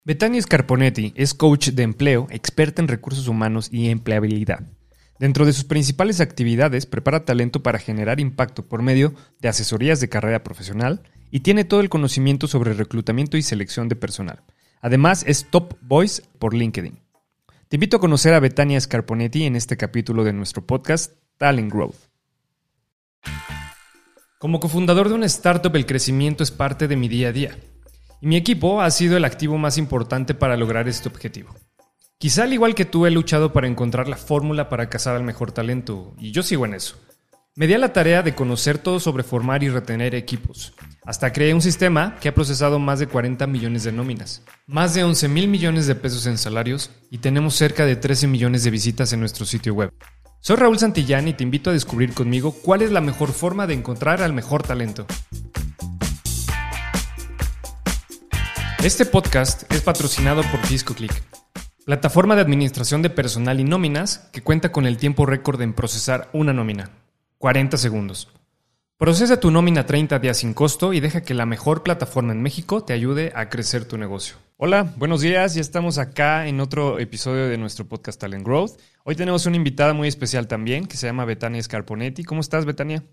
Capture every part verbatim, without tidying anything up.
Betania Scarponetti es coach de empleo, experta en recursos humanos y empleabilidad. Dentro de sus principales actividades, prepara talento para generar impacto por medio de asesorías de carrera profesional y tiene todo el conocimiento sobre reclutamiento y selección de personal. Además, es Top Voice por LinkedIn. Te invito a conocer a Betania Scarponetti en este capítulo de nuestro podcast Talent Growth. Como cofundador de una startup, el crecimiento es parte de mi día a día. Y mi equipo ha sido el activo más importante para lograr este objetivo. Quizá al igual que tú he luchado para encontrar la fórmula para cazar al mejor talento, y yo sigo en eso. Me di a la tarea de conocer todo sobre formar y retener equipos. Hasta creé un sistema que ha procesado más de cuarenta millones de nóminas, más de once mil millones de pesos en salarios y tenemos cerca de trece millones de visitas en nuestro sitio web. Soy Raúl Santillán y te invito a descubrir conmigo cuál es la mejor forma de encontrar al mejor talento. Este podcast es patrocinado por FiscoClick, plataforma de administración de personal y nóminas que cuenta con el tiempo récord en procesar una nómina, cuarenta segundos. Procesa tu nómina treinta días sin costo y deja que la mejor plataforma en México te ayude a crecer tu negocio. Hola, buenos días, ya estamos acá en otro episodio de nuestro podcast Talent Growth. Hoy tenemos una invitada muy especial también que se llama Betania Scarponetti. ¿Cómo estás, Betania?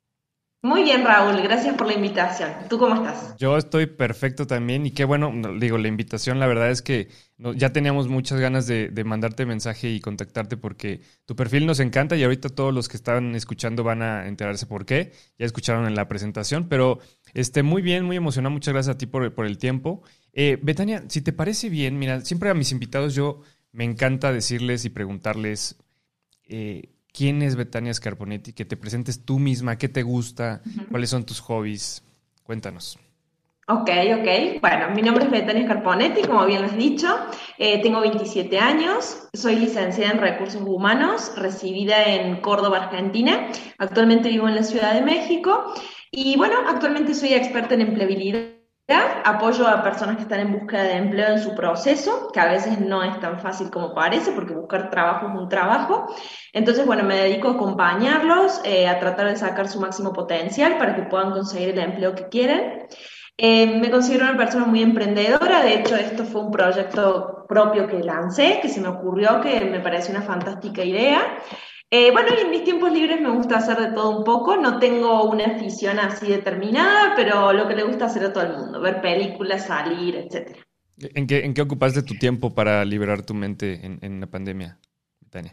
Muy bien, Raúl, gracias por la invitación. ¿Tú cómo estás? Yo estoy perfecto también y qué bueno, no, digo, la invitación la verdad es que no, ya teníamos muchas ganas de, de mandarte mensaje y contactarte porque tu perfil nos encanta y ahorita todos los que están escuchando van a enterarse por qué, ya escucharon en la presentación, pero este, muy bien, muy emocionado, muchas gracias a ti por, por el tiempo. Eh, Betania, si te parece bien, mira, siempre a mis invitados yo me encanta decirles y preguntarles eh, ¿quién es Betania Scarponetti? Que te presentes tú misma, ¿qué te gusta? ¿Cuáles son tus hobbies? Cuéntanos. Ok, ok. Bueno, mi nombre es Betania Scarponetti, como bien lo has dicho. Eh, tengo veintisiete años, soy licenciada en Recursos Humanos, recibida en Córdoba, Argentina. Actualmente vivo en la Ciudad de México y bueno, actualmente soy experta en empleabilidad. Apoyo a personas que están en búsqueda de empleo en su proceso, que a veces no es tan fácil como parece, porque buscar trabajo es un trabajo. Entonces, bueno, me dedico a acompañarlos, eh, a tratar de sacar su máximo potencial para que puedan conseguir el empleo que quieren. Eh, me considero una persona muy emprendedora, de hecho esto fue un proyecto propio que lancé, que se me ocurrió, que me pareció una fantástica idea. Eh, bueno, y en mis tiempos libres me gusta hacer de todo un poco, no tengo una afición así determinada, pero lo que le gusta hacer a todo el mundo, ver películas, salir, etcétera. ¿En qué, en qué ocupaste tu tiempo para liberar tu mente en, en la pandemia, Betania?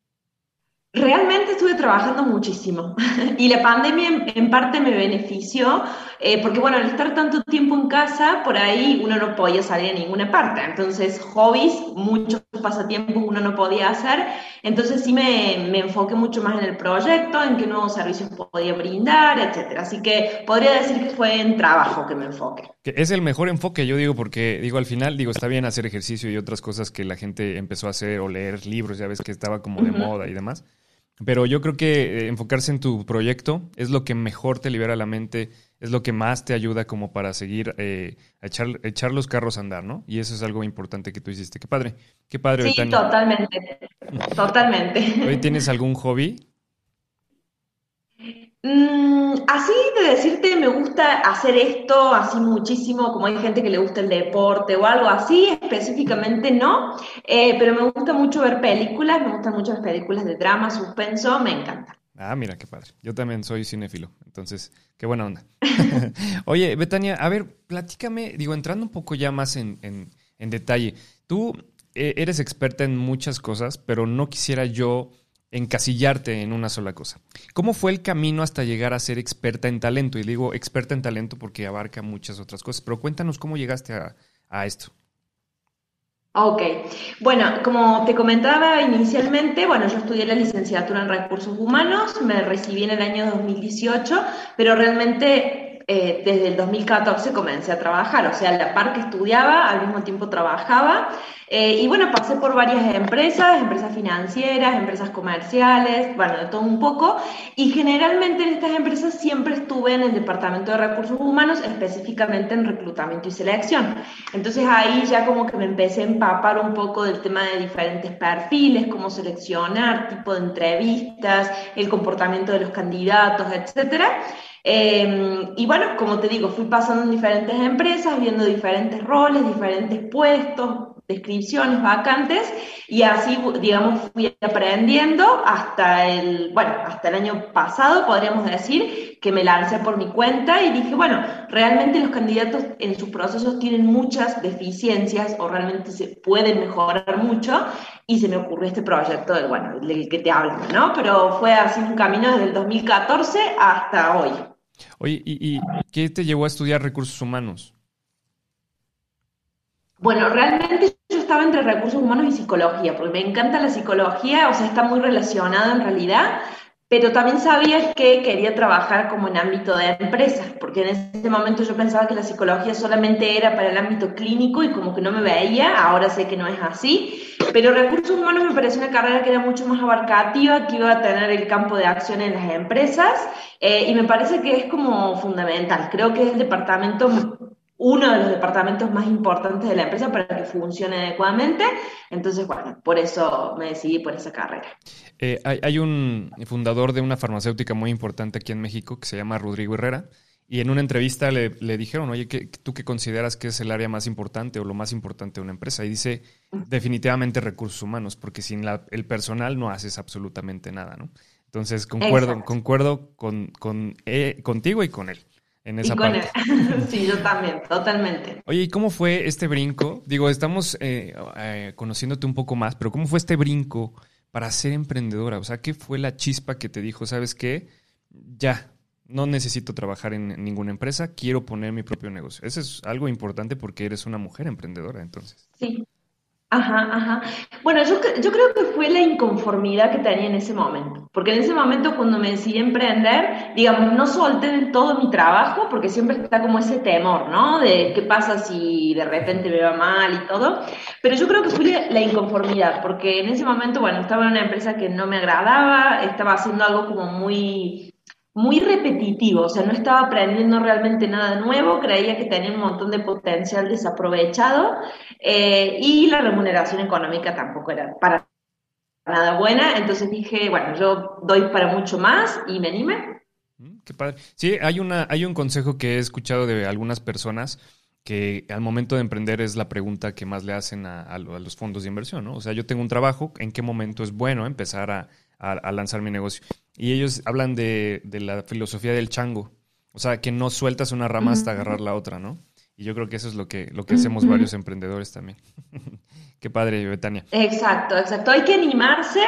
Realmente estuve trabajando muchísimo y la pandemia en, en parte me benefició eh, porque bueno, al estar tanto tiempo en casa, por ahí uno no podía salir a ninguna parte, entonces hobbies, muchos pasatiempos uno no podía hacer, entonces sí me, me enfoqué mucho más en el proyecto, en qué nuevos servicios podía brindar, etcétera. Así que podría decir que fue en trabajo que me enfoqué. Que es el mejor enfoque, yo digo, porque digo, al final, digo, está bien hacer ejercicio y otras cosas que la gente empezó a hacer o leer libros, ya ves que estaba como de Ujú. moda y demás. Pero yo creo que eh, enfocarse en tu proyecto es lo que mejor te libera la mente, es lo que más te ayuda como para seguir eh, a echar, echar los carros a andar, ¿no? Y eso es algo importante que tú hiciste. Qué padre, qué padre, Sí, Betania. totalmente, ¿Hoy totalmente. tienes algún hobby? Mm, así de decirte, me gusta hacer esto así muchísimo, como hay gente que le gusta el deporte o algo así, específicamente no, eh, pero me gusta mucho ver películas, me gustan mucho las películas de drama, suspenso, me encanta. Ah, mira, qué padre. Yo también soy cinéfilo, entonces, qué buena onda. Oye, Betania, a ver, platícame, digo, entrando un poco ya más en, en, en detalle. Tú eh, eres experta en muchas cosas, pero no quisiera yo encasillarte en una sola cosa. ¿Cómo fue el camino hasta llegar a ser experta en talento? Y digo experta en talento porque abarca muchas otras cosas, pero cuéntanos cómo llegaste a, a esto. Ok, bueno, como te comentaba inicialmente, bueno, yo estudié la licenciatura en Recursos Humanos, me recibí en el año dos mil dieciocho, pero realmente eh, desde el dos mil catorce comencé a trabajar, o sea, a la par que estudiaba, al mismo tiempo trabajaba, eh, y bueno, pasé por varias empresas, empresas financieras, empresas comerciales, bueno, de todo un poco, y generalmente en estas empresas siempre estuve en el departamento de recursos humanos, específicamente en reclutamiento y selección. Entonces ahí ya como que me empecé a empapar un poco del tema de diferentes perfiles, cómo seleccionar, tipo de entrevistas, el comportamiento de los candidatos, etcétera. Eh, y bueno, como te digo, fui pasando en diferentes empresas, viendo diferentes roles, diferentes puestos, descripciones, vacantes, y así, digamos, fui aprendiendo hasta el, bueno, hasta el año pasado, podríamos decir, que me lancé por mi cuenta y dije, bueno, realmente los candidatos en sus procesos tienen muchas deficiencias o realmente se pueden mejorar mucho, y se me ocurrió este proyecto del, bueno, del que te hablo, ¿no? Pero fue así un camino desde el dos mil catorce hasta hoy. Oye, ¿y, y qué te llevó a estudiar recursos humanos? Bueno, realmente yo estaba entre recursos humanos y psicología, porque me encanta la psicología, o sea, está muy relacionada en realidad, pero también sabía que quería trabajar como en ámbito de empresas, porque en ese momento yo pensaba que la psicología solamente era para el ámbito clínico y como que no me veía, ahora sé que no es así, pero recursos humanos me pareció una carrera que era mucho más abarcativa, que iba a tener el campo de acción en las empresas, eh, y me parece que es como fundamental. Creo que es el departamento, uno de los departamentos más importantes de la empresa para que funcione adecuadamente. Entonces, bueno, por eso me decidí por esa carrera. Eh, hay, hay un fundador de una farmacéutica muy importante aquí en México que se llama Rodrigo Herrera. Y en una entrevista le, le dijeron, oye, ¿qué, ¿tú qué consideras que es el área más importante o lo más importante de una empresa? Y dice, definitivamente recursos humanos, porque sin la- el personal no haces absolutamente nada, ¿no? Entonces, concuerdo, Exacto. concuerdo con, con, eh, contigo y con él en Y esa con él. parte. Sí, yo también, totalmente. Oye, ¿y cómo fue este brinco? Digo, estamos eh, eh, conociéndote un poco más, pero ¿cómo fue este brinco para ser emprendedora? O sea, ¿qué fue la chispa que te dijo, sabes qué? Ya, no necesito trabajar en ninguna empresa, quiero poner mi propio negocio. Eso es algo importante porque eres una mujer emprendedora, entonces. Sí. Ajá, ajá. Bueno, yo, cre- yo creo que fue la inconformidad que tenía en ese momento, porque en ese momento cuando me decidí a emprender, digamos, no solté del todo mi trabajo, porque siempre está como ese temor, ¿no? De qué pasa si de Ujú. repente me va mal y todo, pero yo creo que fue la, la inconformidad, porque en ese momento, bueno, estaba en una empresa que no me agradaba, estaba haciendo algo como muy muy repetitivo, o sea, no estaba aprendiendo realmente nada nuevo, creía que tenía un montón de potencial desaprovechado, eh, y la remuneración económica tampoco era para nada buena, entonces dije, bueno, yo doy para mucho más y me animé. Mm, qué padre. Sí, hay una, hay un consejo que he escuchado de algunas personas que al momento de emprender es la pregunta que más le hacen a, a lo- a los fondos de inversión, ¿no? O sea, yo tengo un trabajo, ¿en qué momento es bueno empezar a, a- a lanzar mi negocio? Y ellos hablan de, de la filosofía del chango, o sea, que no sueltas una rama hasta agarrar la otra, ¿no? Y yo creo que eso es lo que, lo que hacemos Ujú. varios emprendedores también. Qué padre, Betania. Exacto, exacto. Hay que animarse.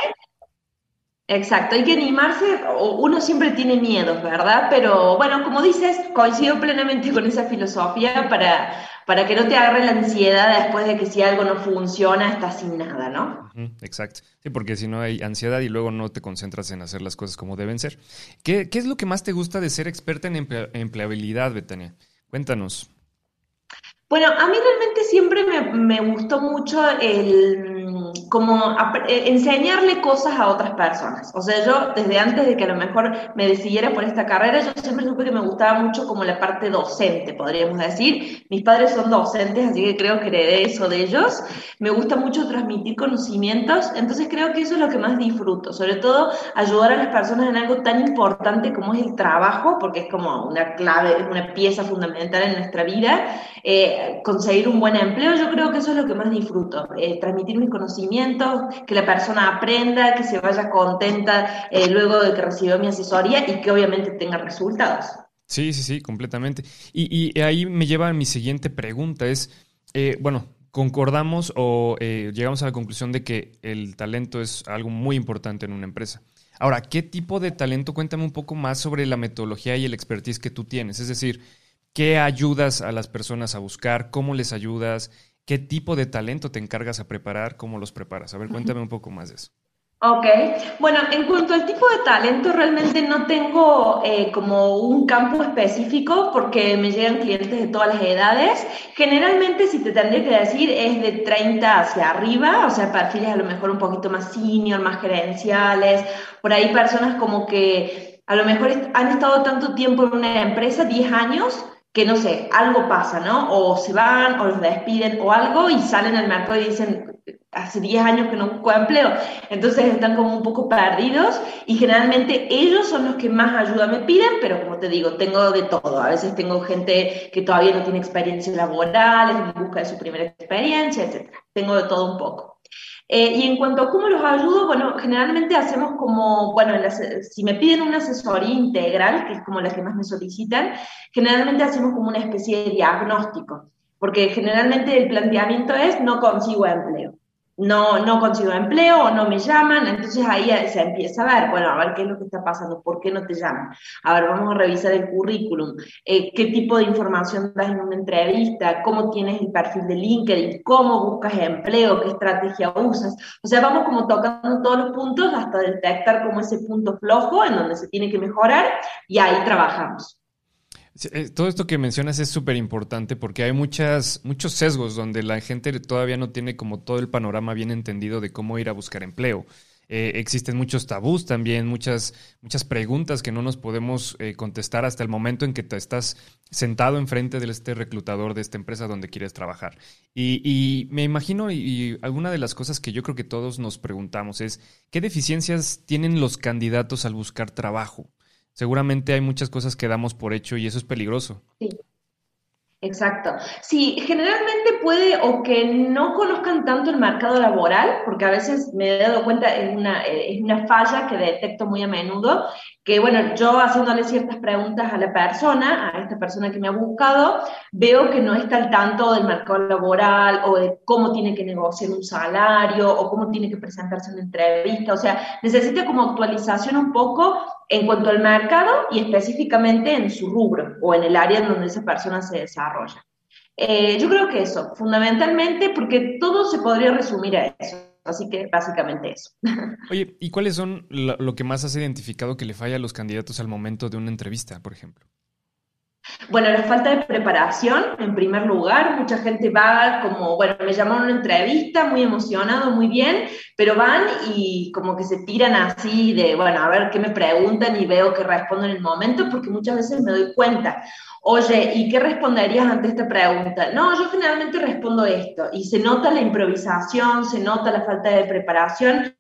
Exacto, hay que animarse, o- uno siempre tiene miedos, ¿verdad? Pero bueno, como dices, coincido plenamente con esa filosofía para, para que no te agarre la ansiedad después de que si algo no funciona, estás sin nada, ¿no? Ujú, exacto. Sí, porque si no hay ansiedad y luego no te concentras en hacer las cosas como deben ser. ¿Qué, qué es lo que más te gusta de ser experta en emple- empleabilidad, Betania? Cuéntanos. Bueno, a mí realmente siempre me, me gustó mucho el mm, como ap- eh, enseñarle cosas a otras personas. O sea, yo desde antes de que a lo mejor me decidiera por esta carrera, yo siempre supe que me gustaba mucho como la parte docente, podríamos decir. Mis padres son docentes, así que creo que heredé eso de ellos. Me gusta mucho transmitir conocimientos, entonces creo que eso es lo que más disfruto, sobre todo ayudar a las personas en algo tan importante como es el trabajo, porque es como una clave, es una pieza fundamental en nuestra vida. Eh, conseguir un buen empleo, yo creo que eso es lo que más disfruto, eh, transmitir mis conocimientos, que la persona aprenda, que se vaya contenta eh, luego de que recibió mi asesoría y que obviamente tenga resultados. Sí, sí, sí, completamente. Y, y ahí me lleva a mi siguiente pregunta. Es, eh, bueno, concordamos o eh, llegamos a la conclusión de que el talento es algo muy importante en una empresa. Ahora, ¿qué tipo de talento? Cuéntame un poco más sobre la metodología y el expertise que tú tienes. Es decir, ¿qué ayudas a las personas a buscar? ¿Cómo les ayudas? ¿Qué tipo de talento te encargas a preparar? ¿Cómo los preparas? A ver, cuéntame un poco más de eso. Ok, bueno, en cuanto al tipo de talento, realmente no tengo eh, como un campo específico porque me llegan clientes de todas las edades. Generalmente, si te tendría que decir, es de treinta hacia arriba, o sea, perfiles a lo mejor un poquito más senior, más gerenciales, por ahí personas como que a lo mejor est- han estado tanto tiempo en una empresa, diez años, que no sé, algo pasa, ¿no? O se van, o los despiden, o algo, y salen al mercado y dicen hace diez años que no busco empleo, entonces están como un poco perdidos y generalmente ellos son los que más ayuda me piden, pero como te digo, tengo de todo. A veces tengo gente que todavía no tiene experiencia laboral, es en busca de su primera experiencia, etcétera. Tengo de todo un poco. Eh, y en cuanto a cómo los ayudo, bueno, generalmente hacemos como, bueno, en las- si me piden una asesoría integral, que es como la que más me solicitan, generalmente hacemos como una especie de diagnóstico, porque generalmente el planteamiento es no consigo empleo. No, no consigo empleo o no me llaman, entonces ahí se empieza a ver, bueno, a ver qué es lo que está pasando, por qué no te llaman. A ver, vamos a revisar el currículum, eh, qué tipo de información das en una entrevista, cómo tienes el perfil de LinkedIn, cómo buscas empleo, qué estrategia usas. O sea, vamos como tocando todos los puntos hasta detectar como ese punto flojo en donde se tiene que mejorar y ahí trabajamos. Sí, eh, todo esto que mencionas es súper importante porque hay muchas, muchos sesgos donde la gente todavía no tiene como todo el panorama bien entendido de cómo ir a buscar empleo. Eh, existen muchos tabús también, muchas, muchas preguntas que no nos podemos eh, contestar hasta el momento en que te estás sentado enfrente de este reclutador de esta empresa donde quieres trabajar. Y, y me imagino, y, y alguna de las cosas que yo creo que todos nos preguntamos es, ¿qué deficiencias tienen los candidatos al buscar trabajo? Seguramente hay muchas cosas que damos por hecho y eso es peligroso. Sí. Exacto. Sí, generalmente puede o que no conozcan tanto el mercado laboral, porque a veces me he dado cuenta, es una, eh, es una falla que detecto muy a menudo, que bueno, yo haciéndole ciertas preguntas a la persona, a esta persona que me ha buscado, veo que no está al tanto del mercado laboral o de cómo tiene que negociar un salario o cómo tiene que presentarse en una entrevista. O sea, necesita como actualización un poco en cuanto al mercado y específicamente en su rubro o en el área en donde esa persona se desarrolla. Eh, yo creo que eso, fundamentalmente, porque todo se podría resumir a eso. Así que básicamente eso. Oye, ¿y cuáles son lo, lo que más has identificado que le falla a los candidatos al momento de una entrevista, por ejemplo? Bueno, la falta de preparación, en primer lugar, mucha gente va como, bueno, me llamaron a una entrevista, muy emocionado, muy bien, pero van y como que se tiran así de, bueno, a ver qué me preguntan y veo que respondo en el momento, porque muchas veces me doy cuenta, oye, ¿y qué responderías ante esta pregunta? No, yo generalmente respondo esto, y se nota la improvisación, se nota la falta de preparación,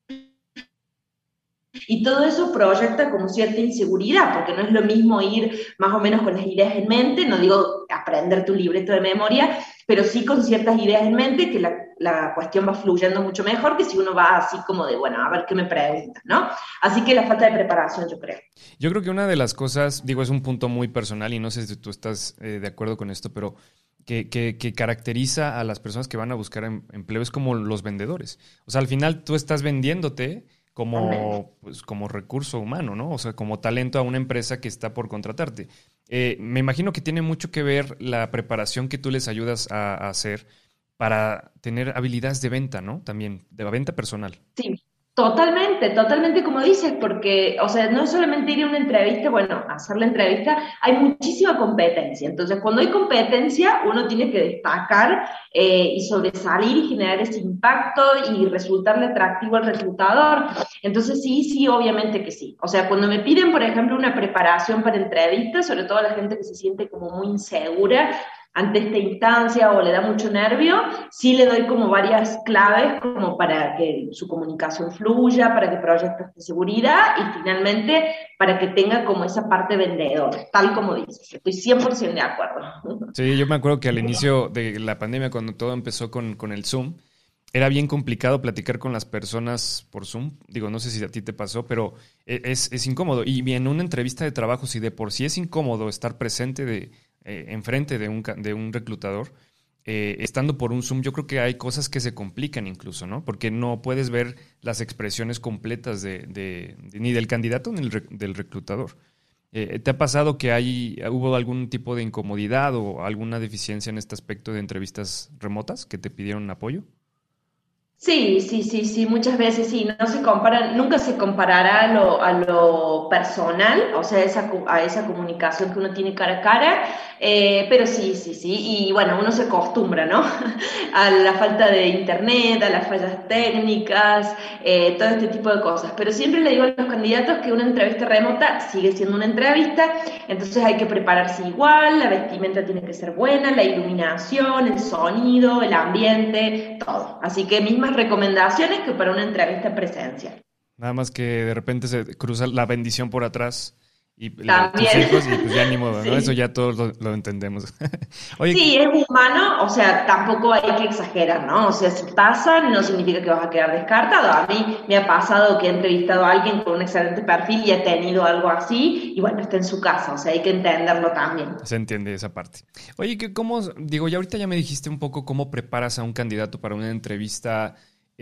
y todo eso proyecta como cierta inseguridad, porque no es lo mismo ir más o menos con las ideas en mente, no digo aprenderte un libreto de memoria, pero sí con ciertas ideas en mente que la, la cuestión va fluyendo mucho mejor que si uno va así como de, bueno, a ver qué me preguntan, ¿no? Así que la falta de preparación, yo creo. Yo creo que una de las cosas, digo, es un punto muy personal y no sé si tú estás eh, de acuerdo con esto, pero que, que, que caracteriza a las personas que van a buscar em- empleo es como los vendedores. O sea, al final tú estás vendiéndote Totalmente. como, pues, como recurso humano, ¿no? O sea, como talento a una empresa que está por contratarte. Eh, me imagino que tiene mucho que ver la preparación que tú les ayudas a, a hacer para tener habilidades de venta, ¿no? También, de la venta personal. Sí, totalmente, totalmente como dices, porque, o sea, no es solamente ir a una entrevista, bueno, hacer la entrevista, hay muchísima competencia. Entonces, cuando hay competencia, uno tiene que destacar eh, y sobresalir y generar ese impacto y resultarle atractivo al reclutador. Entonces, sí, sí, obviamente que sí. O sea, cuando me piden, por ejemplo, una preparación para entrevistas, sobre todo la gente que se siente como muy insegura ante esta instancia o le da mucho nervio, sí le doy como varias claves como para que su comunicación fluya, para que proyecte esta seguridad y finalmente para que tenga como esa parte vendedora, tal como dices. Estoy cien por ciento de acuerdo. Sí, yo me acuerdo que al inicio de la pandemia, cuando todo empezó con, con el Zoom, era bien complicado platicar con las personas por Zoom. Digo, no sé si a ti te pasó, pero e- es, es incómodo. Y en una entrevista de trabajo, si de por sí es incómodo estar presente de, eh, enfrente de un, ca- de un reclutador, eh, estando por un Zoom, yo creo que hay cosas que se complican incluso, ¿no? Porque no puedes ver las expresiones completas de, de- de- ni del candidato ni del rec- del reclutador. Eh, ¿te ha pasado que hay, hubo algún tipo de incomodidad o alguna deficiencia en este aspecto de entrevistas remotas que te pidieron apoyo? Sí, sí, sí, sí, muchas veces sí, no se comparan, nunca se comparará a lo, a lo personal, o sea, esa, cu- a esa comunicación que uno tiene cara a cara, eh, pero sí, sí, sí, y bueno, uno se acostumbra, ¿no? A la falta de internet, a las fallas técnicas, eh, todo este tipo de cosas, pero siempre le digo a los candidatos que una entrevista remota sigue siendo una entrevista, entonces hay que prepararse igual, la vestimenta tiene que ser buena, la iluminación, el sonido, el ambiente, todo, así que mismas mismas recomendaciones que para una entrevista presencial. Nada más que de repente se cruza la bendición por atrás y la, tus También. hijos y pues ya ni modo, ¿no? Sí. Eso ya todos lo, lo entendemos. Oye, Sí, es humano, o sea, tampoco hay que exagerar, ¿no? O sea, si pasa, no significa que vas a quedar descartado. A mí me ha pasado que he entrevistado a alguien con un excelente perfil y ha tenido algo así, y bueno, está en su casa, o sea, hay que entenderlo también. se entiende esa parte. Oye, que cómo, digo, ya ahorita ya me dijiste un poco cómo preparas a un candidato para una entrevista,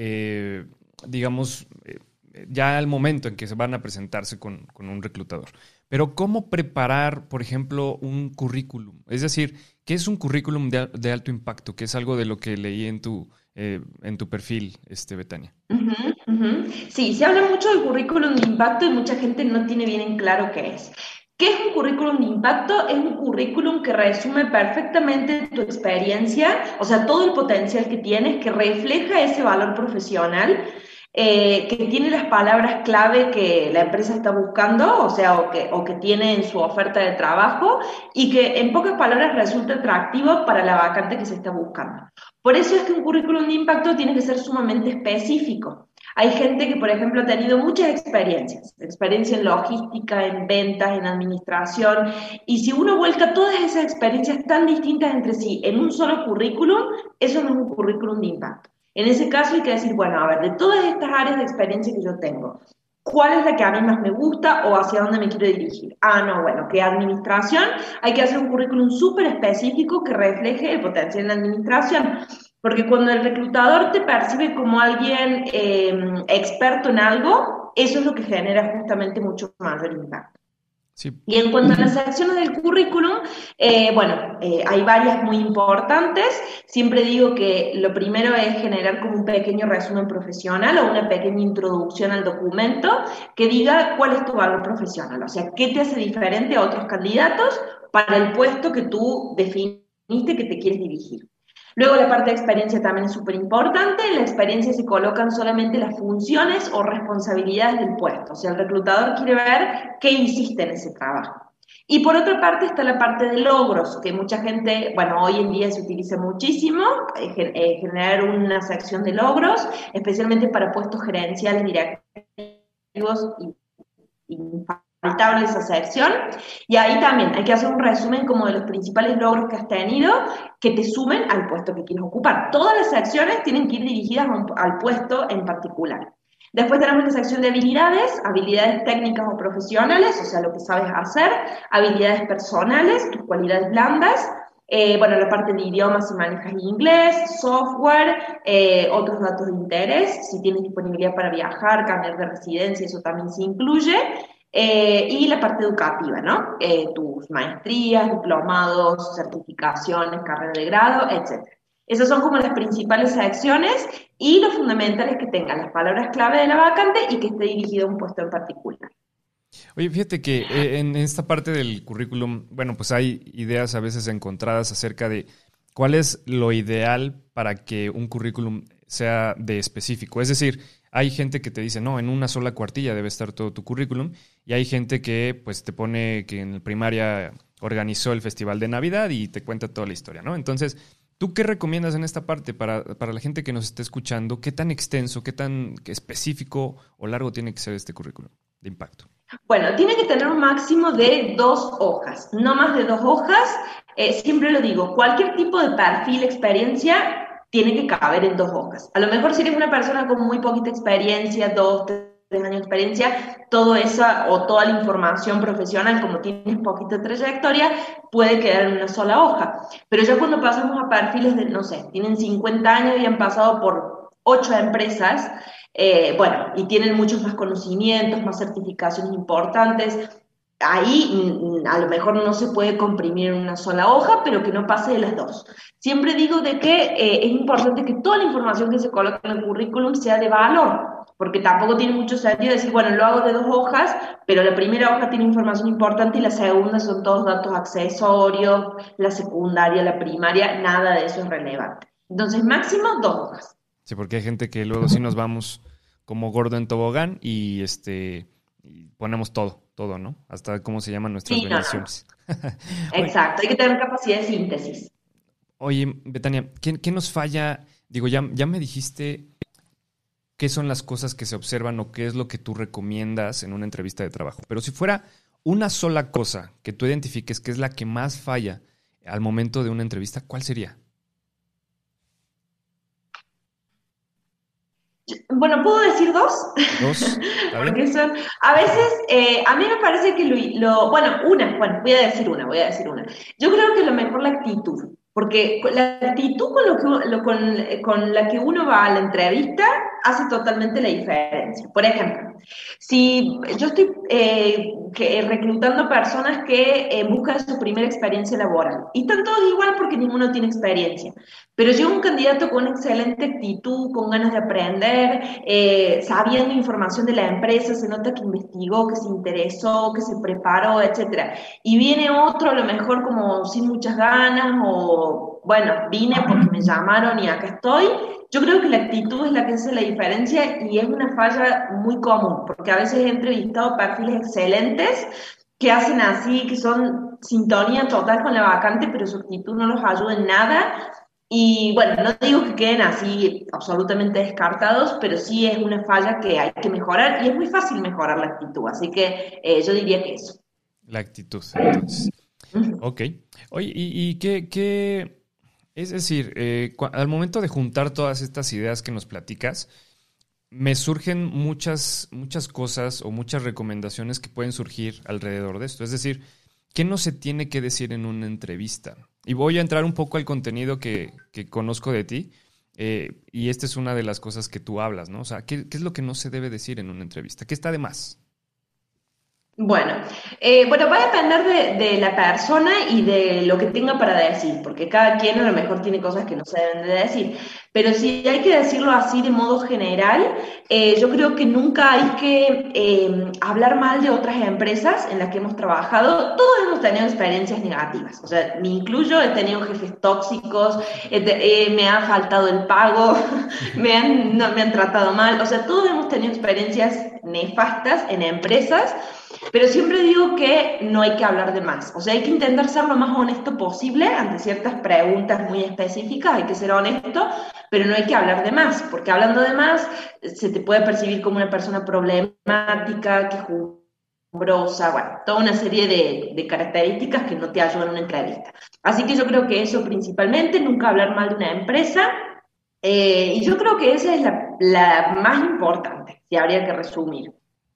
eh, digamos, eh, ya al momento en que se van a presentarse con, con un reclutador. Pero ¿cómo preparar, por ejemplo, un currículum? Es decir, ¿qué es un currículum de, de alto impacto? Que es algo de lo que leí en tu, eh, en tu perfil, este, Betania. Ujú, ujú. Sí, se habla mucho del currículum de impacto y mucha gente no tiene bien en claro qué es. ¿Qué es un currículum de impacto? Es un currículum que resume perfectamente tu experiencia, o sea, todo el potencial que tienes, que refleja ese valor profesional, eh, que tiene las palabras clave que la empresa está buscando, o sea, o que, o que tiene en su oferta de trabajo, y que en pocas palabras resulta atractivo para la vacante que se está buscando. Por eso es que un currículum de impacto tiene que ser sumamente específico. Hay gente que, por ejemplo, ha tenido muchas experiencias, experiencia en logística, en ventas, en administración, y si uno vuelca todas esas experiencias tan distintas entre sí en un solo currículum, eso no es un currículum de impacto. En ese caso hay que decir, bueno, a ver, de todas estas áreas de experiencia que yo tengo, ¿cuál es la que a mí más me gusta o hacia dónde me quiero dirigir? Ah, no, bueno, que administración, hay que hacer un currículum súper específico que refleje el potencial en la administración. Porque cuando el reclutador te percibe como alguien eh, experto en algo, eso es lo que genera justamente mucho mayor impacto. Sí. Y en cuanto a las secciones del currículum, eh, bueno, eh, hay varias muy importantes. Siempre digo que lo primero es generar como un pequeño resumen profesional o una pequeña introducción al documento que diga cuál es tu valor profesional, o sea, qué te hace diferente a otros candidatos para el puesto que tú definiste que te quieres dirigir. Luego la parte de experiencia también es súper importante. En la experiencia se colocan solamente las funciones o responsabilidades del puesto. O sea, el reclutador quiere ver qué hiciste en ese trabajo. Y por otra parte está la parte de logros, que mucha gente, bueno, hoy en día se utiliza muchísimo, eh, eh, generar una sección de logros, especialmente para puestos gerenciales directivos y, y faltable esa sección, y ahí también hay que hacer un resumen como de los principales logros que has tenido que te sumen al puesto que quieres ocupar. Todas las secciones tienen que ir dirigidas a un, al puesto en particular. Después tenemos la sección de habilidades, habilidades técnicas o profesionales, o sea, lo que sabes hacer, habilidades personales, tus cualidades blandas, eh, bueno, la parte de idiomas si manejas inglés, software, eh, otros datos de interés, si tienes disponibilidad para viajar, cambiar de residencia, eso también se incluye. Eh, y la parte educativa, ¿no? Eh, tus maestrías, diplomados, certificaciones, carrera de grado, etcétera. Esas son como las principales secciones y lo fundamental es que tengan las palabras clave de la vacante y que esté dirigido a un puesto en particular. Oye, fíjate que eh, en esta parte del currículum, bueno, pues hay ideas a veces encontradas acerca de cuál es lo ideal para que un currículum sea de específico. Es decir, hay gente que te dice, no, en una sola cuartilla debe estar todo tu currículum, y hay gente que pues te pone que en primaria organizó el festival de Navidad y te cuenta toda la historia, ¿no? Entonces, ¿tú qué recomiendas en esta parte para, para la gente que nos esté escuchando? ¿Qué tan extenso, qué tan específico o largo tiene que ser este currículum de impacto? Bueno, tiene que tener un máximo de dos hojas, no más de dos hojas. Eh, siempre lo digo, cualquier tipo de perfil, experiencia, tiene que caber en dos hojas. A lo mejor si eres una persona con muy poquita experiencia, dos, tres años de experiencia, toda esa o toda la información profesional, como tienes poquita trayectoria, puede quedar en una sola hoja. Pero ya cuando pasamos a perfiles de, no sé, tienen cincuenta años y han pasado por ocho empresas, eh, bueno, y tienen muchos más conocimientos, más certificaciones importantes, ahí a lo mejor no se puede comprimir en una sola hoja, pero que no pase de las dos. Siempre digo de que eh, es importante que toda la información que se coloque en el currículum sea de valor, porque tampoco tiene mucho sentido decir, bueno, lo hago de dos hojas, pero la primera hoja tiene información importante y la segunda son todos datos accesorios, la secundaria, la primaria, nada de eso es relevante. Entonces, máximo dos hojas. Sí, porque hay gente que luego sí nos vamos como gordo en tobogán y este y ponemos todo, todo, ¿no? Hasta cómo se llaman nuestras Sí, no, no. bendiciones. Exacto, hay que tener capacidad de síntesis. Oye, Betania, ¿qué, qué nos falla? Digo, ya, ya me dijiste qué son las cosas que se observan o qué es lo que tú recomiendas en una entrevista de trabajo. Pero si fuera una sola cosa que tú identifiques que es la que más falla al momento de una entrevista, ¿cuál sería? Bueno, ¿puedo decir dos? Dos, ¿está bien? Porque son, a veces, eh, a mí me parece que lo, lo- bueno, una, bueno, voy a decir una, voy a decir una. Yo creo que lo mejor la actitud, porque la actitud con, lo que, u- lo- con, con la que uno va a la entrevista hace totalmente la diferencia. Por ejemplo, si yo estoy eh, que- reclutando personas que eh, buscan su primera experiencia laboral, y están todos igual porque ninguno tiene experiencia. Pero llega un candidato con una excelente actitud, con ganas de aprender, eh, sabiendo información de la empresa, se nota que investigó, que se interesó, que se preparó, etcétera. Y viene otro, a lo mejor como sin muchas ganas, o bueno, vine porque me llamaron y acá estoy. Yo creo que la actitud es la que hace la diferencia y es una falla muy común, porque a veces he entrevistado perfiles excelentes que hacen así, que son sintonía total con la vacante, pero su actitud no los ayuda en nada. Y bueno, no digo que queden así absolutamente descartados, pero sí es una falla que hay que mejorar y es muy fácil mejorar la actitud, así que eh, yo diría que eso. La actitud, entonces. Ujú. Ok. Oye, ¿y, y qué, qué, es decir, eh, cua- al momento de juntar todas estas ideas que nos platicas, me surgen muchas, muchas cosas o muchas recomendaciones que pueden surgir alrededor de esto. Es decir, ¿qué no se tiene que decir en una entrevista? Y voy a entrar un poco al contenido que, que conozco de ti, eh, y esta es una de las cosas que tú hablas, ¿no? O sea, ¿qué, qué es lo que no se debe decir en una entrevista? ¿Qué está de más? Bueno, eh, bueno, va a depender de, de la persona y de lo que tenga para decir, porque cada quien a lo mejor tiene cosas que no se deben de decir. Pero si hay que decirlo así de modo general, eh, yo creo que nunca hay que eh, hablar mal de otras empresas en las que hemos trabajado. Todos hemos tenido experiencias negativas, o sea, me incluyo, he tenido jefes tóxicos, he te- eh, me ha faltado el pago, me han, no, me han tratado mal, o sea, todos hemos tenido experiencias nefastas en empresas. Pero siempre digo que no hay que hablar de más, o sea, hay que intentar ser lo más honesto posible ante ciertas preguntas muy específicas, hay que ser honesto, pero no hay que hablar de más, porque hablando de más se te puede percibir como una persona problemática, quejumbrosa, bueno, toda una serie de, de características que no te ayudan en una entrevista. Así que yo creo que eso principalmente, nunca hablar mal de una empresa, eh, y yo creo que esa es la, la más importante, si habría que resumir.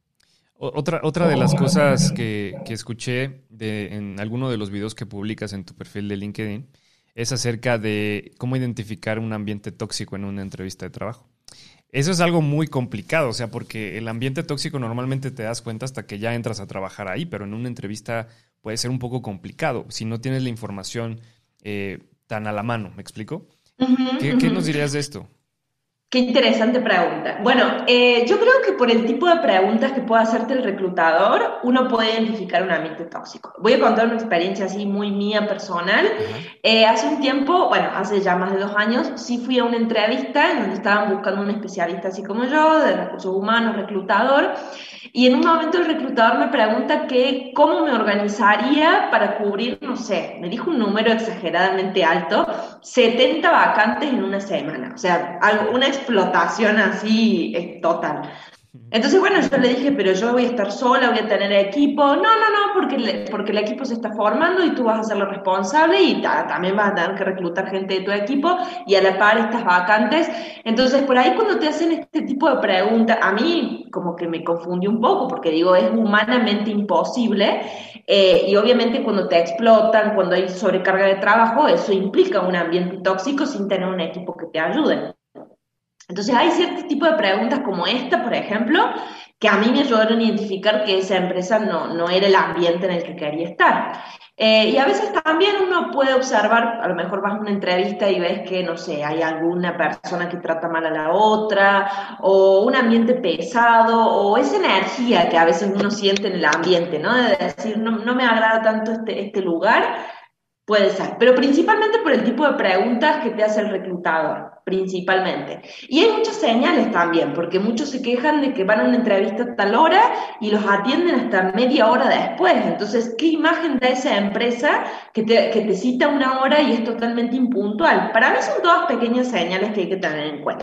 O- Otra, otra de las cosas que, que escuché de, en alguno de los videos que publicas en tu perfil de LinkedIn es acerca de cómo identificar un ambiente tóxico en una entrevista de trabajo. Eso es algo muy complicado, o sea, porque el ambiente tóxico normalmente te das cuenta hasta que ya entras a trabajar ahí, pero en una entrevista puede ser un poco complicado si no tienes la información eh, tan a la mano, ¿me explico? Ujú, ¿Qué, qué ujú. nos dirías de esto? Qué interesante pregunta. Bueno, eh, yo creo que por el tipo de preguntas que puede hacerte el reclutador, uno puede identificar un ambiente tóxico. Voy a contar una experiencia así muy mía personal. Ajá. Eh, hace un tiempo, bueno, hace ya más de dos años, sí fui a una entrevista en donde estaban buscando un especialista así como yo, de recursos humanos, reclutador, y en un momento el reclutador me pregunta que cómo me organizaría para cubrir, no sé, me dijo un número exageradamente alto, setenta vacantes en una semana, o sea, algo- una explotación así eh, total. Entonces, bueno, yo le dije, pero yo voy a estar sola, voy a tener equipo. No, no, no, porque, le- porque el equipo se está formando y tú vas a ser lo responsable y ta- también vas a tener que reclutar gente de tu equipo y a la par estas vacantes. Entonces, por ahí cuando te hacen este tipo de preguntas, a mí como que me confundió un poco porque digo, es humanamente imposible. Eh, y obviamente cuando te explotan, cuando hay sobrecarga de trabajo, eso implica un ambiente tóxico sin tener un equipo que te ayude. Entonces hay ciertos tipos de preguntas como esta, por ejemplo, que a mí me ayudaron a identificar que esa empresa no, no era el ambiente en el que quería estar. Eh, y a veces también uno puede observar, a lo mejor vas a una entrevista y ves que, no sé, hay alguna persona que trata mal a la otra, o un ambiente pesado, o esa energía que a veces uno siente en el ambiente, ¿no? De decir, no, no me agrada tanto este, este lugar. Puede ser, pero principalmente por el tipo de preguntas que te hace el reclutador, principalmente. Y hay muchas señales también, porque muchos se quejan de que van a una entrevista a tal hora y los atienden hasta media hora después. Entonces, ¿qué imagen da esa empresa que te, que te cita una hora y es totalmente impuntual? Para mí son todas pequeñas señales que hay que tener en cuenta.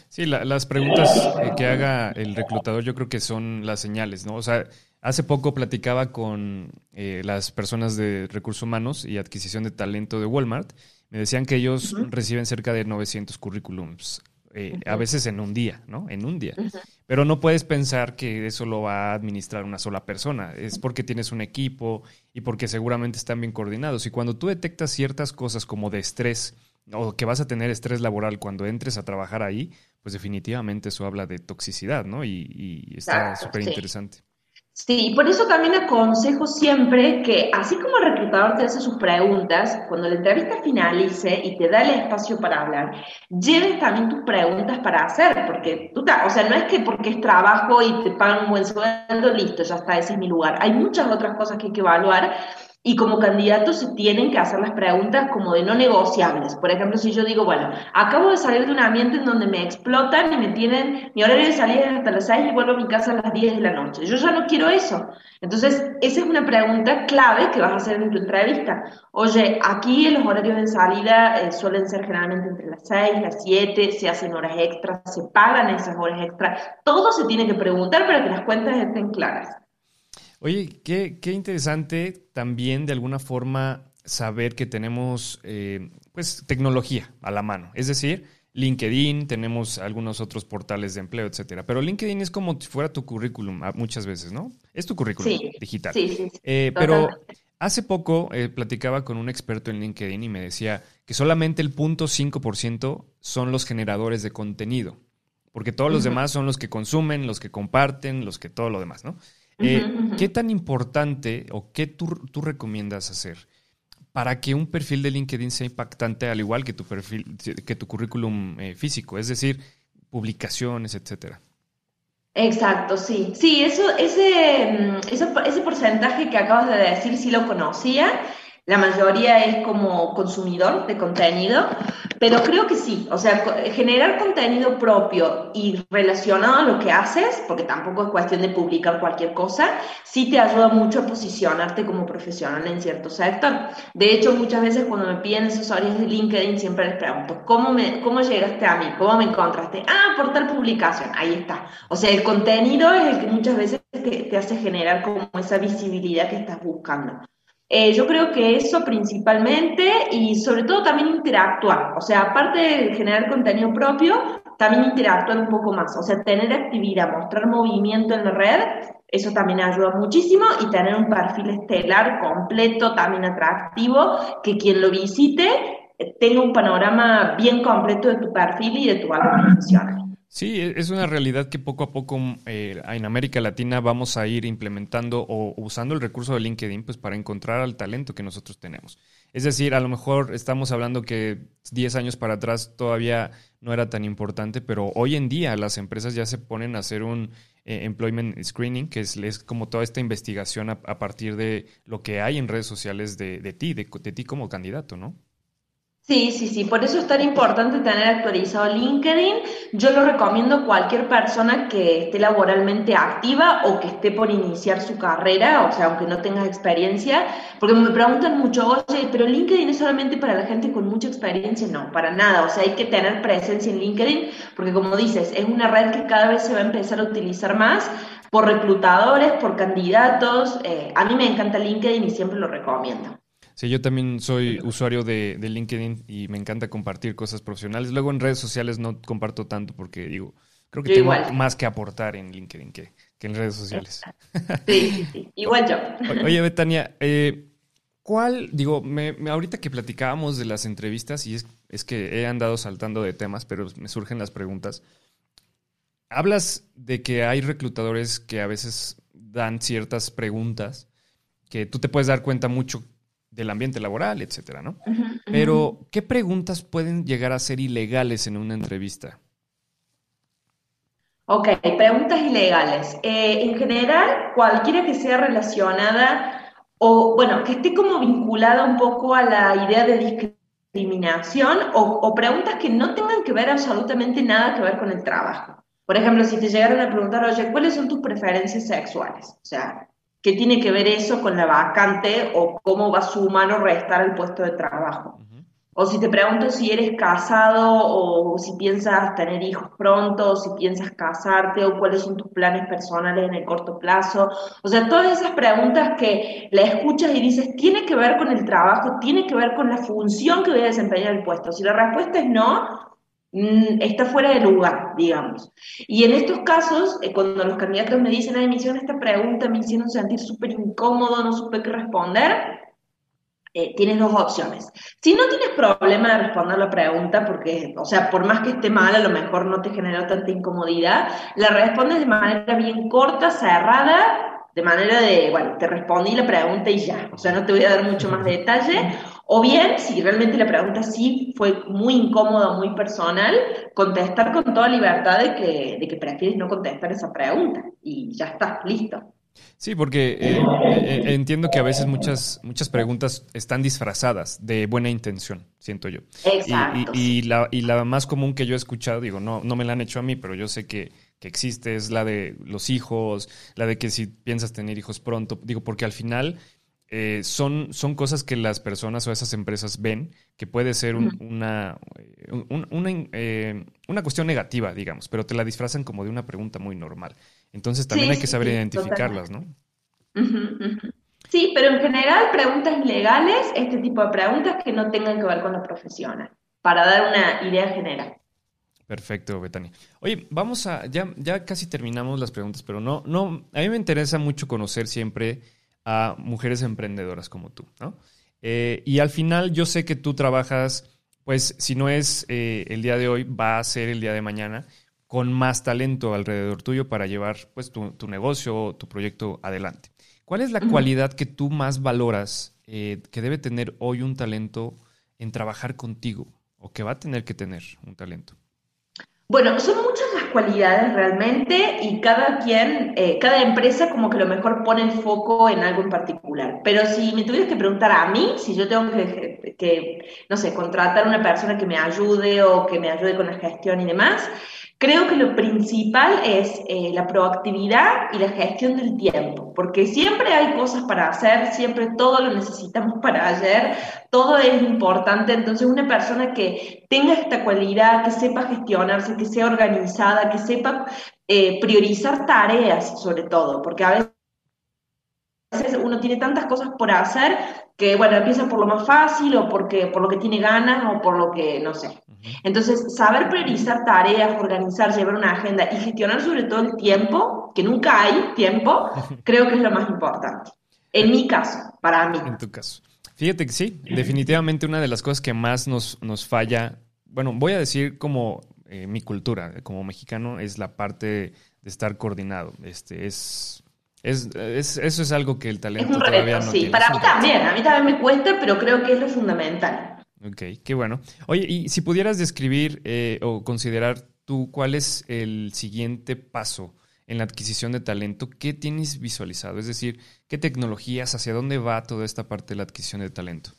Sí, la- las preguntas eh, que haga el reclutador yo creo que son las señales, ¿no? O sea, hace poco platicaba con eh, las personas de recursos humanos y adquisición de talento de Walmart. Me decían que ellos Ujú, reciben cerca de novecientos currículums, eh, a ujú, veces en un día, ¿no? En un día. ujú. Pero no puedes pensar que eso lo va a administrar una sola persona. Es porque tienes un equipo y porque seguramente están bien coordinados. Y cuando tú detectas ciertas cosas como de estrés o que vas a tener estrés laboral cuando entres a trabajar ahí, pues definitivamente eso habla de toxicidad, ¿no? Y, y está Exacto, súper sí. interesante. Sí, por eso también aconsejo siempre que, así como el reclutador te hace sus preguntas, cuando la entrevista finalice y te da el espacio para hablar, lleves también tus preguntas para hacer, porque tú, ta- o sea, no es que porque es trabajo y te pagan un buen sueldo, listo, ya está, ese es mi lugar. Hay muchas otras cosas que hay que evaluar y como candidatos se tienen que hacer las preguntas como de no negociables. Por ejemplo, si yo digo, bueno, acabo de salir de un ambiente en donde me explotan y me tienen, mi horario de salida es hasta las seis y vuelvo a mi casa a las diez de la noche. Yo ya no quiero eso. Entonces, esa es una pregunta clave que vas a hacer en tu entrevista. Oye, aquí los horarios de salida eh, suelen ser generalmente entre las seis, las siete, se hacen horas extras, se pagan esas horas extras. Todo se tiene que preguntar para que las cuentas estén claras. Oye, qué, qué interesante también de alguna forma saber que tenemos eh, pues tecnología a la mano. Es decir, LinkedIn, tenemos algunos otros portales de empleo, etcétera. Pero LinkedIn es como si fuera tu currículum ah, muchas veces, ¿no? Es tu currículum Sí, digital. sí, sí, sí, Eh, pero totalmente. hace poco eh, platicaba con un experto en LinkedIn y me decía que solamente el cero punto cinco por ciento son los generadores de contenido, porque todos los Ujú, demás son los que consumen, los que comparten, los que todo lo demás, ¿no? ujú, Eh, ujú. ¿qué tan importante o qué tú, tú recomiendas hacer para que un perfil de LinkedIn sea impactante al igual que tu perfil, que tu currículum eh, físico? Es decir, publicaciones, etcétera. Exacto, sí. Sí, eso, ese, mm, eso- ese porcentaje que acabas de decir sí lo conocía. La mayoría es como consumidor de contenido, pero creo que sí. O sea, co- generar contenido propio y relacionado a lo que haces, porque tampoco es cuestión de publicar cualquier cosa, sí te ayuda mucho a posicionarte como profesional en cierto sector. De hecho, muchas veces cuando me piden asesorías de LinkedIn, siempre les pregunto, ¿cómo me, cómo llegaste a mí? ¿Cómo me encontraste? Ah, por tal publicación. Ahí está. O sea, el contenido es el que muchas veces te, te hace generar como esa visibilidad que estás buscando. Eh, yo creo que eso principalmente y sobre todo también interactuar. O sea, aparte de generar contenido propio, también interactuar un poco más. O sea, tener actividad, mostrar movimiento en la red, eso también ayuda muchísimo y tener un perfil estelar completo, también atractivo, que quien lo visite eh, tenga un panorama bien completo de tu perfil y de tu valor profesional. Sí, e- es una realidad que poco a poco mm, eh, en América Latina vamos a ir implementando o usando el recurso de LinkedIn pues para encontrar al talento que nosotros tenemos. Es decir, a lo mejor estamos hablando que diez años para atrás todavía no era tan importante, pero hoy en día las empresas ya se ponen a hacer un eh, employment screening, que es, es como toda esta investigación a, a partir de lo que hay en redes sociales de, de ti, de, de ti como candidato, ¿no? Sí, sí, sí, por eso es tan importante tener actualizado LinkedIn. Yo lo recomiendo a cualquier persona que esté laboralmente activa o que esté por iniciar su carrera, o sea, aunque no tengas experiencia, porque me preguntan mucho, oye, pero LinkedIn es solamente para la gente con mucha experiencia. No, para nada, o sea, hay que tener presencia en LinkedIn, porque como dices, es una red que cada vez se va a empezar a utilizar más por reclutadores, por candidatos. Eh, a mí me encanta LinkedIn y siempre lo recomiendo. Sí, yo también soy usuario de, de LinkedIn y me encanta compartir cosas profesionales. Luego en redes sociales no comparto tanto porque digo, creo que Yo tengo igual. más que aportar en LinkedIn que, que en redes sociales. Sí, sí, sí. O- Igual yo. o- Oye, Betania, eh, ¿cuál, digo, me, me- ahorita que platicábamos de las entrevistas y es, es que he andado saltando de temas, pero me surgen las preguntas. Hablas de que hay reclutadores que a veces dan ciertas preguntas que tú te puedes dar cuenta mucho del ambiente laboral, etcétera, ¿no? Ujú, ujú. Pero, ¿qué preguntas pueden llegar a ser ilegales en una entrevista? Ok, preguntas ilegales. Eh, en general, cualquiera que sea relacionada o, bueno, que esté como vinculada un poco a la idea de discriminación o, o preguntas que no tengan que ver absolutamente nada que ver con el trabajo. Por ejemplo, si te llegaron a preguntar, oye, ¿cuáles son tus preferencias sexuales? O sea, ¿qué tiene que ver eso con la vacante o cómo va a sumar o restar al puesto de trabajo? Ujú. O si te pregunto si eres casado o si piensas tener hijos pronto, o si piensas casarte o cuáles son tus planes personales en el corto plazo. O sea, todas esas preguntas que la escuchas y dices, tiene que ver con el trabajo, tiene que ver con la función que voy a desempeñar en el puesto. Si la respuesta es no, mm, está fuera de lugar, digamos. Y en estos casos, eh, cuando los candidatos me dicen, ay, me hicieron esta pregunta, me hicieron sentir súper incómodo, no supe qué responder, eh, tienes dos opciones. Si no tienes problema de responder la pregunta, porque, o sea, por más que esté mal, a lo mejor no te generó tanta incomodidad, la respondes de manera bien corta, cerrada, de manera de, bueno, te respondí la pregunta y ya, o sea, no te voy a dar mucho más detalle. O bien, si realmente la pregunta sí fue muy incómoda, muy personal, contestar con toda libertad de que, de que prefieres no contestar esa pregunta y ya está, listo. Sí, porque eh, eh, entiendo que a veces muchas, muchas preguntas están disfrazadas de buena intención, siento yo. Y, y, Exacto, y sí. la, y la más común que yo he escuchado, digo, no, no me la han hecho a mí, pero yo sé que, que existe, es la de los hijos, la de que si piensas tener hijos pronto, digo, porque al final eh, son, son cosas que las personas o esas empresas ven que puede ser un- una, eh, un- una, eh, una cuestión negativa, digamos, pero te la disfrazan como de una pregunta muy normal. Entonces también Sí, hay que sí, saber sí, identificarlas, totalmente. ¿no? Ujú, ujú. Sí, pero en general preguntas legales, este tipo de preguntas que no tengan que ver con lo profesional, para dar una idea general. Perfecto, Betania. Oye, vamos a, ya, ya casi terminamos las preguntas, pero no, no, a mí me interesa mucho conocer siempre a mujeres emprendedoras como tú, ¿no? Eh, y al final yo sé que tú trabajas, pues si no es eh, el día de hoy, va a ser el día de mañana, con más talento alrededor tuyo para llevar pues tu, tu negocio o tu proyecto adelante. ¿Cuál es la Ujú. cualidad que tú más valoras eh, que debe tener hoy un talento en trabajar contigo o que va a tener que tener un talento? Bueno, son muchas las cualidades realmente y cada quien, eh, cada empresa como que a lo mejor pone el foco en algo en particular. Pero si me tuvieras que preguntar a mí, si yo tengo que, que, no sé, contratar a una persona que me ayude o que me ayude con la gestión y demás, creo que lo principal es eh, la proactividad y la gestión del tiempo, porque siempre hay cosas para hacer, siempre todo lo necesitamos para ayer, todo es importante, entonces una persona que tenga esta cualidad, que sepa gestionarse, que sea organizada, que sepa eh, priorizar tareas sobre todo, porque a veces veces uno tiene tantas cosas por hacer que, bueno, empieza por lo más fácil o porque, por lo que tiene ganas o por lo que, no sé. Ujú. Entonces, saber priorizar tareas, organizar, llevar una agenda y gestionar sobre todo el tiempo, que nunca hay tiempo, creo que es lo más importante. En mi caso, para mí. En tu caso. Fíjate que sí, definitivamente una de las cosas que más nos, nos falla, bueno, voy a decir como eh, mi cultura, eh, como mexicano, es la parte de, de estar coordinado. Este, es, es, es- eso es algo que el Es un talento todavía reto, no sí. tiene, es Para mí un reto. también, a mí también me cuesta, pero creo que es lo fundamental. Ok, qué bueno. Oye, y si pudieras describir eh, o considerar tú cuál es el siguiente paso en la adquisición de talento, ¿qué tienes visualizado? Es decir, ¿qué tecnologías, hacia dónde va toda esta parte de la adquisición de talento?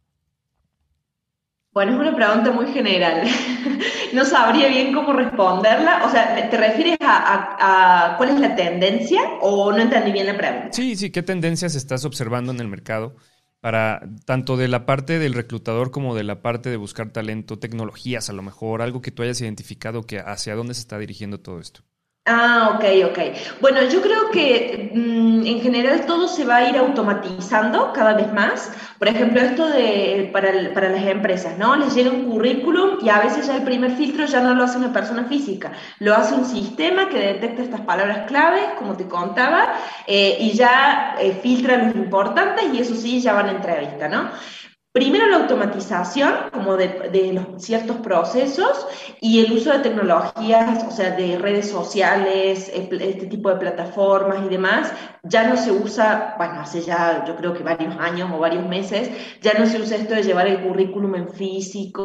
Bueno, es una pregunta muy general. No sabría bien cómo responderla. O sea, ¿te refieres a, a- a cuál es la tendencia o no entendí bien la pregunta? Sí, sí, ¿qué tendencias estás observando en el mercado para tanto de la parte del reclutador como de la parte de buscar talento, tecnologías a lo mejor, algo que tú hayas identificado que hacia dónde se está dirigiendo todo esto? Ah, ok, ok. Bueno, yo creo que mm, en general todo se va a ir automatizando cada vez más. Por ejemplo, esto de para, el- para las empresas, ¿no? Les llega un currículum y a veces ya el primer filtro ya no lo hace una persona física, lo hace un sistema que detecta estas palabras claves, como te contaba, eh, y ya eh, filtra los importantes y eso sí, ya van a entrevista, ¿no? Primero la automatización, como de, de los ciertos procesos, y el uso de tecnologías, o sea, de redes sociales, eh, pl- este tipo de plataformas y demás, ya no se usa, bueno, hace ya yo creo que varios años o varios meses, ya no se usa esto de llevar el currículum en físico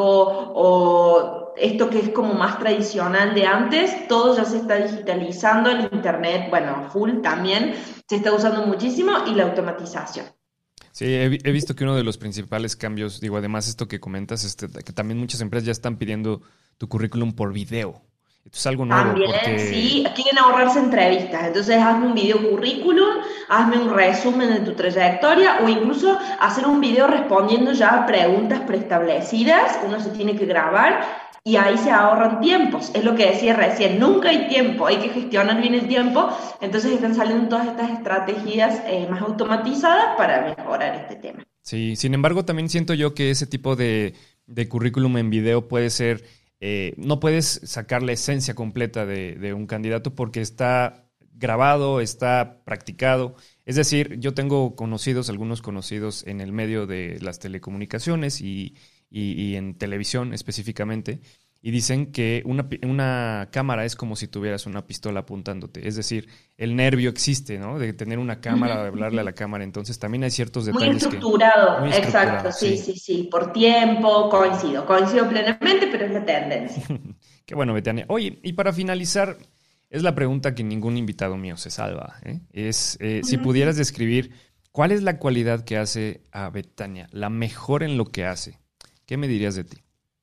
o esto que es como más tradicional de antes, todo ya se está digitalizando, el internet, bueno, full también se está usando muchísimo y la automatización. Sí, he, vi- he visto que uno de los principales cambios, digo, además esto que comentas, este, que también muchas empresas ya están pidiendo tu currículum por video. Esto es algo nuevo También, porque... sí, quieren ahorrarse entrevistas. Entonces, hazme un video currículum, hazme un resumen de tu trayectoria o incluso hacer un video respondiendo ya a preguntas preestablecidas. Uno se tiene que grabar y ahí se ahorran tiempos. Es lo que decía recién, nunca hay tiempo, hay que gestionar bien el tiempo. Entonces, están saliendo todas estas estrategias eh, más automatizadas para mejorar este tema. Sí, sin embargo, también siento yo que ese tipo de, de currículum en video puede ser... Eh, no puedes sacar la esencia completa de, de un candidato porque está grabado, está practicado. Es decir, yo tengo conocidos, algunos conocidos en el medio de las telecomunicaciones y, y, y en televisión específicamente, y dicen que una, una cámara es como si tuvieras una pistola apuntándote. Es decir, el nervio existe, ¿no? De tener una cámara, de hablarle a la cámara. Entonces también hay ciertos detalles. Muy estructurado, que... Muy exacto, estructurado, sí, sí, sí, sí. Por tiempo, coincido. Coincido plenamente, pero es la tendencia. Qué bueno, Betania. Oye, y para finalizar, es la pregunta que ningún invitado mío se salva. ¿eh? Es, eh, si pudieras describir cuál es la cualidad que hace a Betania la mejor en lo que hace, ¿qué me dirías de ti?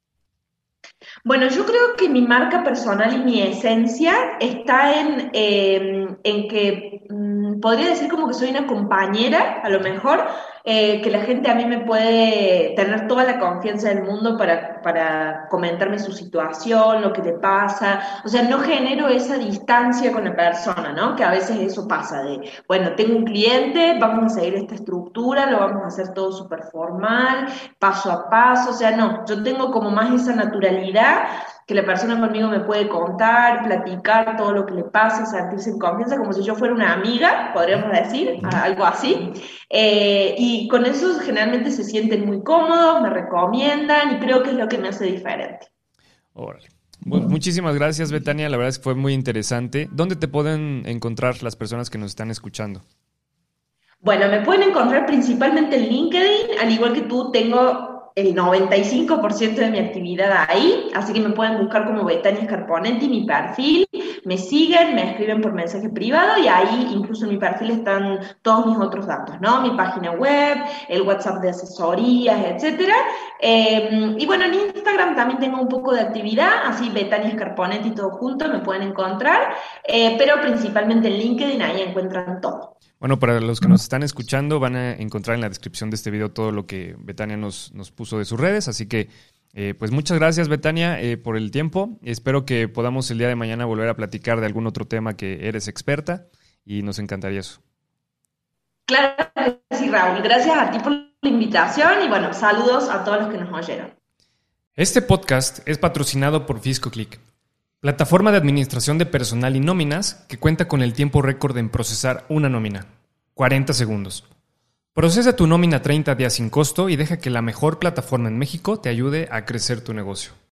Bueno, yo creo que mi marca personal y mi esencia está en, eh, en que mm, podría decir como que soy una compañera, a lo mejor, eh, que la gente a mí me puede tener toda la confianza del mundo para, para comentarme su situación, lo que le pasa. O sea, no genero esa distancia con la persona, ¿no? Que a veces eso pasa de, bueno, tengo un cliente, vamos a seguir esta estructura, lo vamos a hacer todo súper formal, paso a paso. O sea, no, yo tengo como más esa naturalidad que la persona conmigo me puede contar, platicar todo lo que le pasa, sentirse en confianza, como si yo fuera una amiga, podríamos decir, algo así. Eh, y con eso generalmente se sienten muy cómodos, me recomiendan y creo que es lo que me hace diferente. Órale. Bueno, muchísimas gracias, Betania. La verdad es que fue muy interesante. ¿Dónde te pueden encontrar las personas que nos están escuchando? Bueno, me pueden encontrar principalmente en LinkedIn, al igual que tú tengo el noventa y cinco por ciento de mi actividad ahí, así que me pueden buscar como Betania Scarponetti, mi perfil, me siguen, me escriben por mensaje privado y ahí incluso en mi perfil están todos mis otros datos, ¿no? Mi página web, el WhatsApp de asesorías, etcétera. Eh, y bueno, en Instagram también tengo un poco de actividad, así Betania Scarponetti todo junto, me pueden encontrar, eh, pero principalmente en LinkedIn, ahí encuentran todo. Bueno, para los que nos están escuchando, van a encontrar en la descripción de este video todo lo que Betania nos, nos puso de sus redes. Así que, eh, pues muchas gracias, Betania, eh, por el tiempo. Espero que podamos el día de mañana volver a platicar de algún otro tema que eres experta y nos encantaría eso. Claro que sí, Raúl. Gracias a ti por la invitación y bueno, saludos a todos los que nos oyeron. Este podcast es patrocinado por FiscoClick, plataforma de administración de personal y nóminas que cuenta con el tiempo récord en procesar una nómina, cuarenta segundos. Procesa tu nómina treinta días sin costo y deja que la mejor plataforma en México te ayude a crecer tu negocio.